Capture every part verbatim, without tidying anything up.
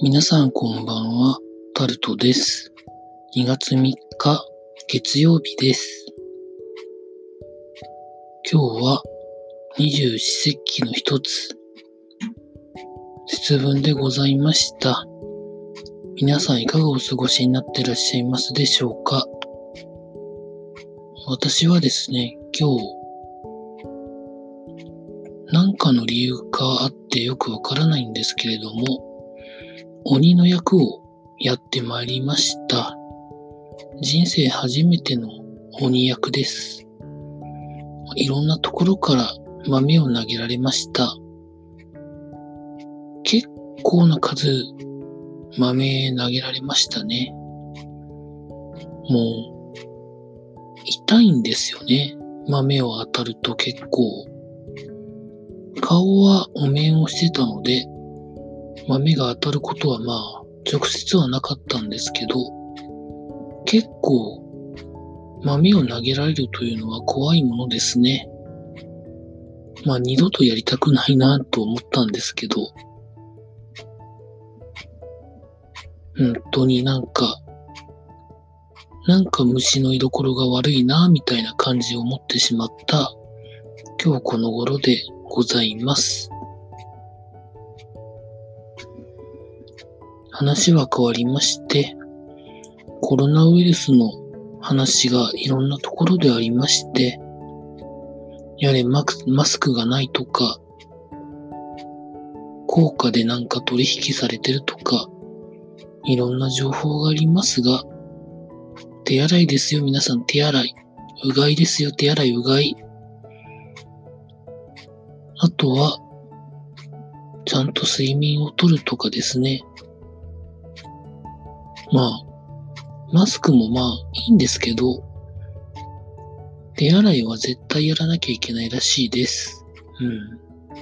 皆さんこんばんは、タルトです。にがつみっか、月曜日です。今日は二十四節気の一つ、節分でございました。皆さんいかがお過ごしになっていらっしゃいますでしょうか。私はですね、今日、何かの理由かあってよくわからないんですけれども、鬼の役をやってまいりました。人生初めての鬼役です。いろんなところから豆を投げられました。結構な数豆投げられましたね。もう痛いんですよね。豆を当たると結構。顔はお面をしてたので、豆が当たることはまあ直接はなかったんですけど、結構豆を投げられるというのは怖いものですね。まあ二度とやりたくないなと思ったんですけど、本当になんか、なんか虫の居所が悪いなみたいな感じを持ってしまった今日この頃でございます。話は変わりまして、コロナウイルスの話がいろんなところでありまして、やれマクマスクがないとか、高価でなんか取引されてるとか、いろんな情報がありますが、手洗いですよ皆さん、手洗い。うがいですよ、手洗い、うがい。あとは、ちゃんと睡眠をとるとかですね。まあ、マスクもまあいいんですけど、手洗いは絶対やらなきゃいけないらしいです。うん。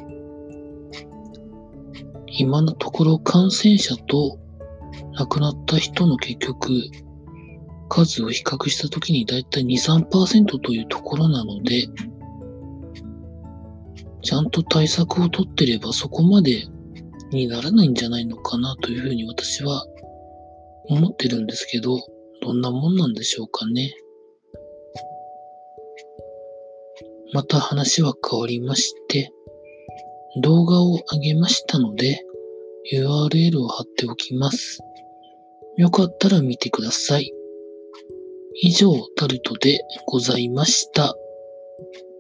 今のところ感染者と亡くなった人の結局、数を比較したときにだいたいに、さんパーセント というところなので、ちゃんと対策をとってればそこまでにならないんじゃないのかなというふうに私は思ってるんですけど、どんなもんなんでしょうかね。また話は変わりまして、動画を上げましたので、ユーアールエル を貼っておきます。よかったら見てください。以上、タルトでございました。